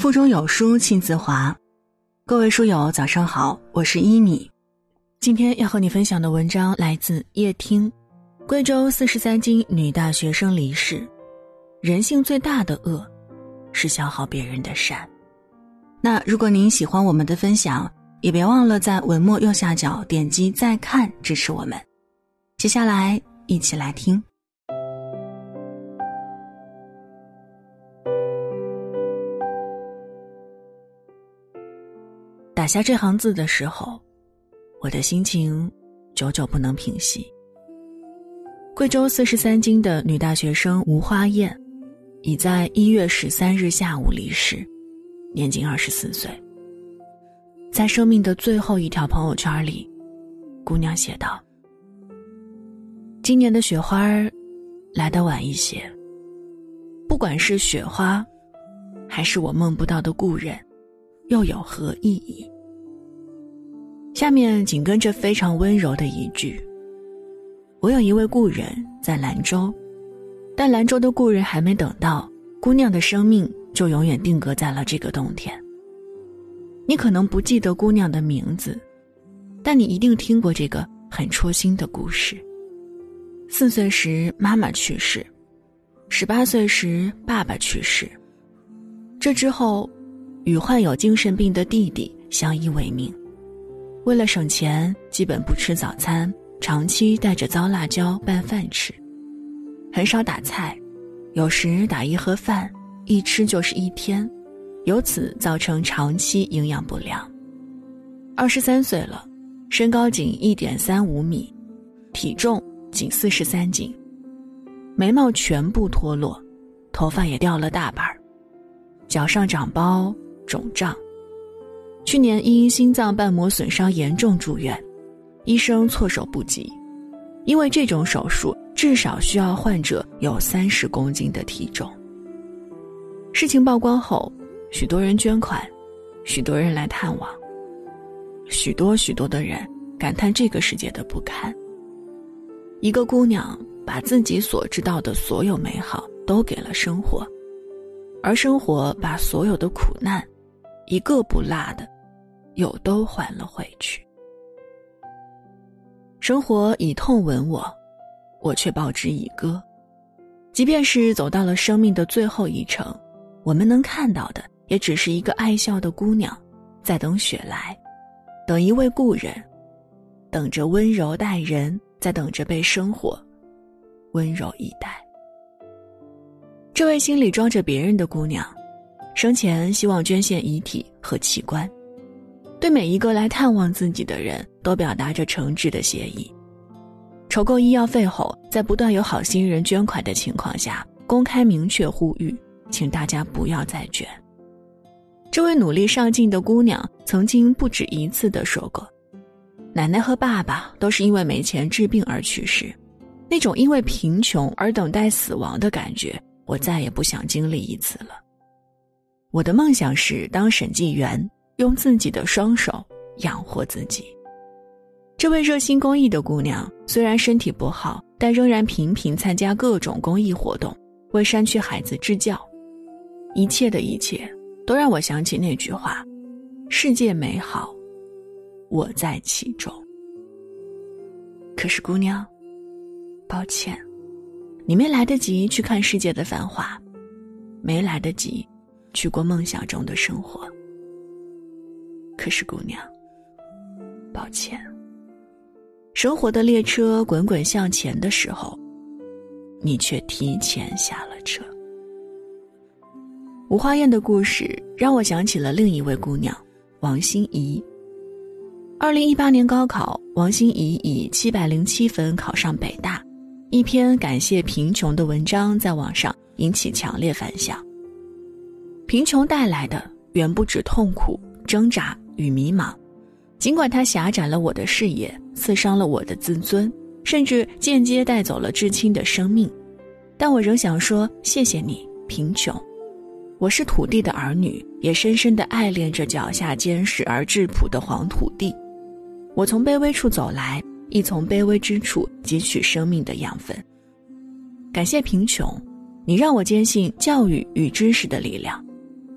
腹中有书气自华。各位书友早上好，我是依米。今天要和你分享的文章来自叶听。贵州43斤女大学生离世，人性最大的恶是消耗别人的善。那如果您喜欢我们的分享，也别忘了在文末右下角点击再看支持我们。接下来一起来听。打下这行字的时候，我的心情久久不能平息。贵州43斤的女大学生吴花燕已在1月13日下午离世，年仅24岁。在生命的最后一条朋友圈里，姑娘写道：今年的雪花来得晚一些，不管是雪花还是我梦不到的故人，又有何意义？下面紧跟着非常温柔的一句：我有一位故人在兰州，但兰州的故人还没等到，姑娘的生命就永远定格在了这个冬天。你可能不记得姑娘的名字，但你一定听过这个很戳心的故事。4岁时妈妈去世，18岁时爸爸去世，这之后与患有精神病的弟弟相依为命。为了省钱，基本不吃早餐，长期带着糟辣椒拌饭吃，很少打菜，有时打一盒饭，一吃就是1天，由此造成长期营养不良。23岁了，身高仅 1.35 米，体重仅43斤，眉毛全部脱落，头发也掉了大半，脚上长包肿胀。去年因心脏瓣膜损伤严重住院，医生措手不及，因为这种手术至少需要患者有30公斤的体重。事情曝光后，许多人捐款，许多人来探望，许多的人感叹这个世界的不堪。一个姑娘把自己所知道的所有美好都给了生活，而生活把所有的苦难一个不落的又都还了回去。生活以痛吻我，我却报之以歌。即便是走到了生命的最后一程，我们能看到的也只是一个爱笑的姑娘，在等雪来，等一位故人，等着温柔待人，在等着被生活温柔以待。这位心里装着别人的姑娘，生前希望捐献遗体和器官，对每一个来探望自己的人都表达着诚挚的谢意。筹够医药费后，在不断有好心人捐款的情况下，公开明确呼吁，请大家不要再捐。这位努力上进的姑娘曾经不止一次地说过，奶奶和爸爸都是因为没钱治病而去世，那种因为贫穷而等待死亡的感觉，我再也不想经历一次了。我的梦想是当审计员，用自己的双手养活自己。这位热心公益的姑娘虽然身体不好，但仍然频频参加各种公益活动，为山区孩子支教。一切的一切都让我想起那句话：世界美好，我在其中。可是姑娘，抱歉，你没来得及去看世界的繁华，没来得及去过梦想中的生活。可是姑娘，抱歉，生活的列车滚滚向前的时候，你却提前下了车。吴花燕的故事让我想起了另一位姑娘王心怡。2018年高考，王心怡以707分考上北大，一篇感谢贫穷的文章在网上引起强烈反响。贫穷带来的远不止痛苦、挣扎与迷茫，尽管它狭窄了我的视野，刺伤了我的自尊，甚至间接带走了至亲的生命，但我仍想说谢谢你，贫穷。我是土地的儿女，也深深地爱恋着脚下坚实而质朴的黄土地。我从卑微处走来，亦从卑微之处汲取生命的养分。感谢贫穷，你让我坚信教育与知识的力量，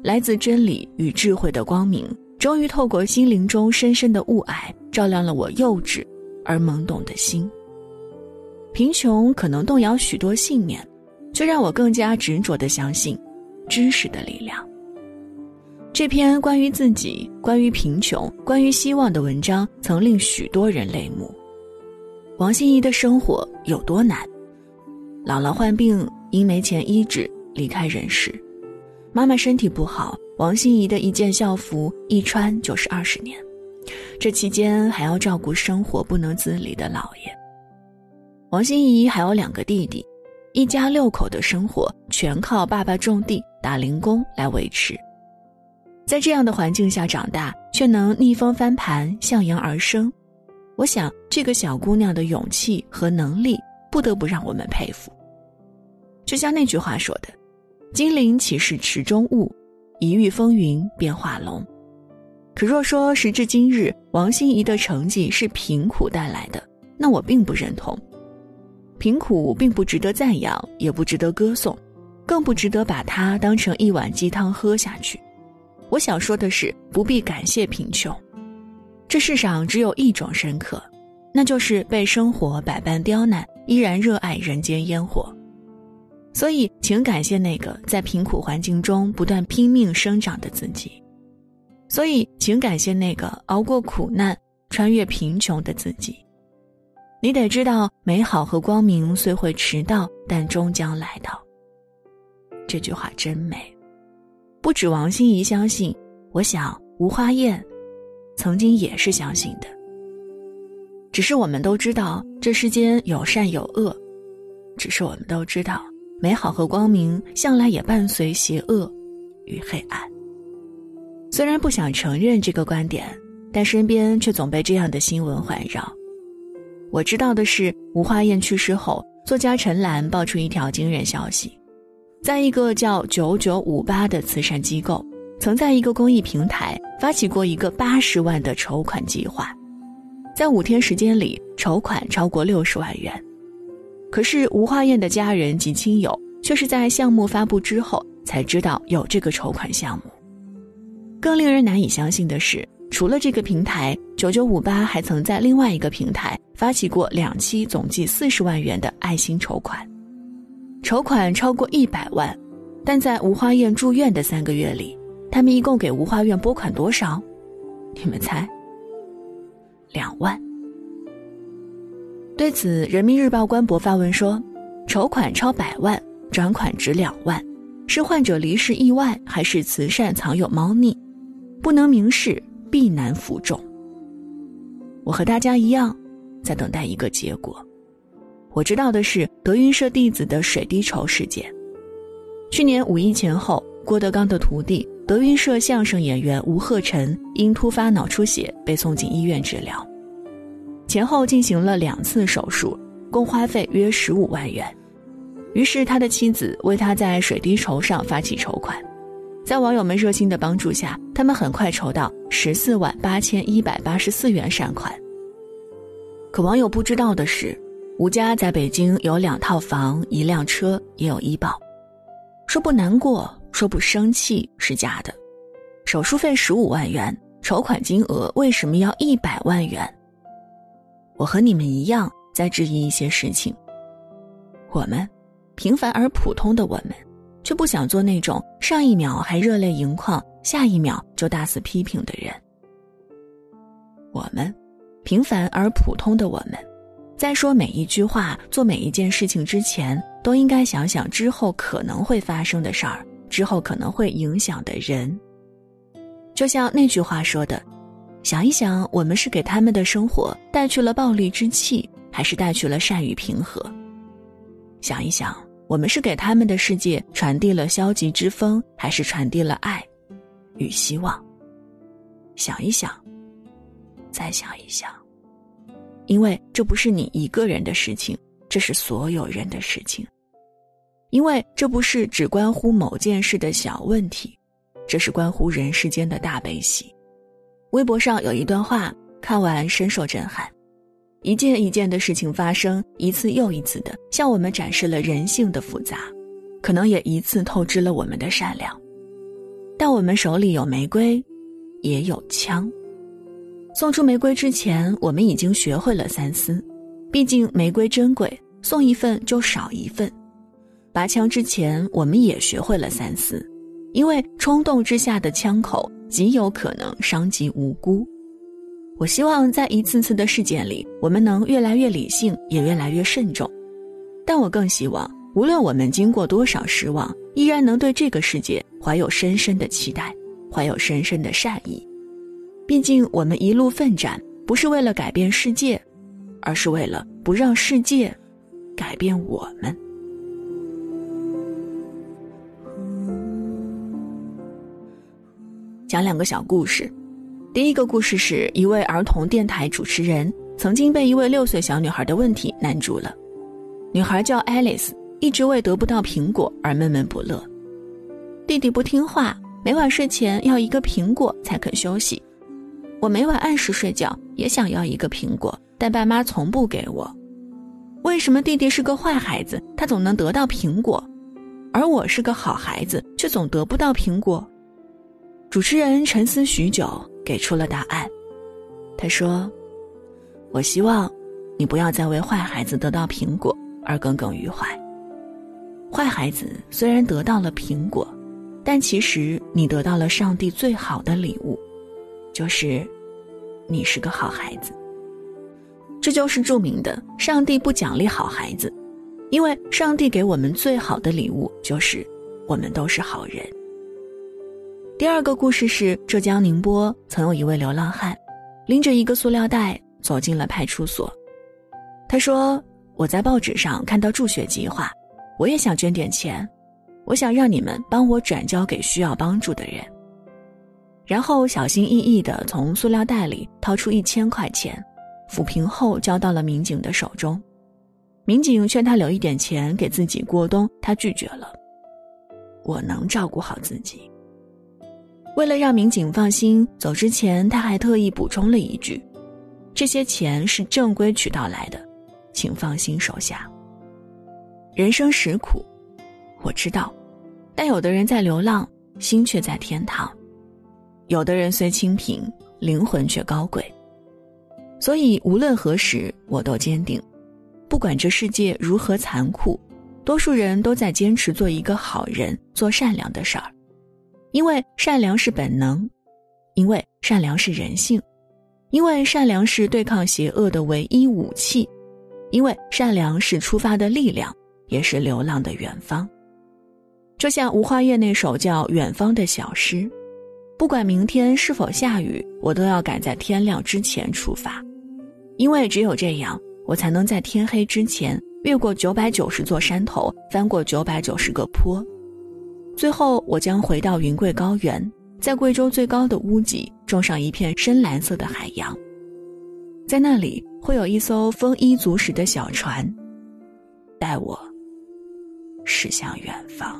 来自真理与智慧的光明，终于透过心灵中深深的雾霭，照亮了我幼稚而懵懂的心。贫穷可能动摇许多信念，却让我更加执着地相信知识的力量。这篇关于自己、关于贫穷、关于希望的文章曾令许多人泪目。王心怡的生活有多难？姥姥患病，因没钱医治离开人世。妈妈身体不好，王心怡的一件校服一穿就是20年。这期间还要照顾生活不能自理的姥爷。王心怡还有2个弟弟，一家6口的生活全靠爸爸种地打零工来维持。在这样的环境下长大，却能逆风翻盘，向阳而生，我想这个小姑娘的勇气和能力不得不让我们佩服。就像那句话说的，金陵岂是池中物，一遇风云变化龙。可若说时至今日王心怡的成绩是贫苦带来的，那我并不认同。贫苦并不值得赞扬，也不值得歌颂，更不值得把它当成一碗鸡汤喝下去。我想说的是，不必感谢贫穷。这世上只有一种深刻，那就是被生活百般刁难，依然热爱人间烟火。所以请感谢那个在贫苦环境中不断拼命生长的自己。所以请感谢那个熬过苦难，穿越贫穷的自己。你得知道，美好和光明虽会迟到，但终将来到。这句话真美。不止王心怡相信，我想吴花燕曾经也是相信的。只是我们都知道这世间有善有恶，只是我们都知道美好和光明向来也伴随邪恶与黑暗。虽然不想承认这个观点，但身边却总被这样的新闻环绕。我知道的是，吴花燕去世后，作家陈岚爆出一条惊人消息。在一个叫9958的慈善机构，曾在一个公益平台发起过一个80万的筹款计划，在5天时间里筹款超过60万元。可是吴花燕的家人及亲友却是在项目发布之后才知道有这个筹款项目。更令人难以相信的是，除了这个平台，9958还曾在另外一个平台发起过2期总计40万元的爱心筹款。筹款超过100万，但在吴花燕住院的3个月里，他们一共给吴花院拨款多少？你们猜？2万。对此，人民日报官博发文说，筹款超100万，转款只2万，是患者离世意外，还是慈善藏有猫腻？不能明示，必难服众。我和大家一样，在等待一个结果。我知道的是德云社弟子的水滴筹事件。去年5一前后，郭德纲的徒弟德云社相声演员吴鹤臣因突发脑出血被送进医院治疗，前后进行了2次手术，共花费约15万元。于是他的妻子为他在水滴筹上发起筹款，在网友们热心的帮助下，他们很快筹到14万8184元善款。可网友不知道的是，吴家在北京有2套房1辆车，也有医保。说不难过，说不生气是假的。手术费15万元，筹款金额为什么要100万元？我和你们一样在质疑一些事情。我们平凡而普通的我们，却不想做那种上一秒还热泪盈眶，下一秒就大肆批评的人。我们平凡而普通的我们，在说每一句话，做每一件事情之前，都应该想想之后可能会发生的事儿，之后可能会影响的人。就像那句话说的，想一想，我们是给他们的生活带去了暴戾之气，还是带去了善与平和？想一想，我们是给他们的世界传递了消极之风，还是传递了爱与希望？想一想，再想一想。因为这不是你一个人的事情，这是所有人的事情。因为这不是只关乎某件事的小问题，这是关乎人世间的大悲喜。微博上有一段话，看完深受震撼。一件一件的事情发生，一次又一次的向我们展示了人性的复杂，可能也一次透支了我们的善良。 但我们手里有玫瑰，也有枪。送出玫瑰之前，我们已经学会了三思，毕竟玫瑰珍贵，送一份就少一份。拔枪之前，我们也学会了三思，因为冲动之下的枪口极有可能伤及无辜。我希望在一次次的事件里，我们能越来越理性，也越来越慎重。但我更希望，无论我们经过多少失望，依然能对这个世界怀有深深的期待，怀有深深的善意。毕竟我们一路奋战，不是为了改变世界，而是为了不让世界改变我们。讲两个小故事。第一个故事是一位儿童电台主持人曾经被一位6岁小女孩的问题难住了。女孩叫 Alice， 一直为得不到苹果而闷闷不乐。弟弟不听话，每晚睡前要一个苹果才肯休息。我每晚按时睡觉，也想要一个苹果，但爸妈从不给我。为什么弟弟是个坏孩子，他总能得到苹果，而我是个好孩子，却总得不到苹果？主持人沉思许久，给出了答案。他说，我希望你不要再为坏孩子得到苹果而耿耿于怀。坏孩子虽然得到了苹果，但其实你得到了上帝最好的礼物，就是你是个好孩子。这就是著名的上帝不奖励好孩子，因为上帝给我们最好的礼物就是我们都是好人。第二个故事是浙江宁波曾有一位流浪汉拎着一个塑料袋走进了派出所。他说，我在报纸上看到助学计划，我也想捐点钱，我想让你们帮我转交给需要帮助的人。然后小心翼翼地从塑料袋里掏出1000块钱，抚平后交到了民警的手中。民警劝他留一点钱给自己过冬，他拒绝了。我能照顾好自己。为了让民警放心，走之前他还特意补充了一句，这些钱是正规渠道来的，请放心收下。人生实苦，我知道，但有的人在流浪，心却在天堂；有的人虽清贫，灵魂却高贵。所以无论何时，我都坚定，不管这世界如何残酷，多数人都在坚持做一个好人，做善良的事儿。因为善良是本能，因为善良是人性，因为善良是对抗邪恶的唯一武器，因为善良是出发的力量，也是流浪的远方。就像吴花叶那首叫《远方》的小诗，不管明天是否下雨，我都要赶在天亮之前出发，因为只有这样，我才能在天黑之前越过990座山头，翻过990个坡。最后我将回到云贵高原，在贵州最高的屋脊种上一片深蓝色的海洋，在那里会有一艘丰衣足食的小船，带我驶向远方。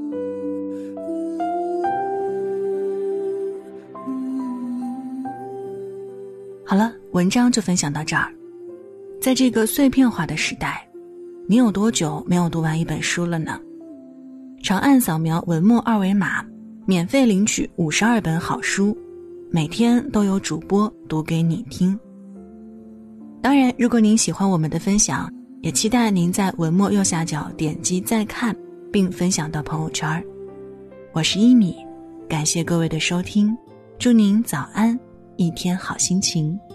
好了，文章就分享到这儿。在这个碎片化的时代，你有多久没有读完一本书了呢？长按扫描文末2维码，免费领取52本好书，每天都有主播读给你听。当然，如果您喜欢我们的分享，也期待您在文末右下角点击再看，并分享到朋友圈。我是一米，感谢各位的收听，祝您早安，一天好心情。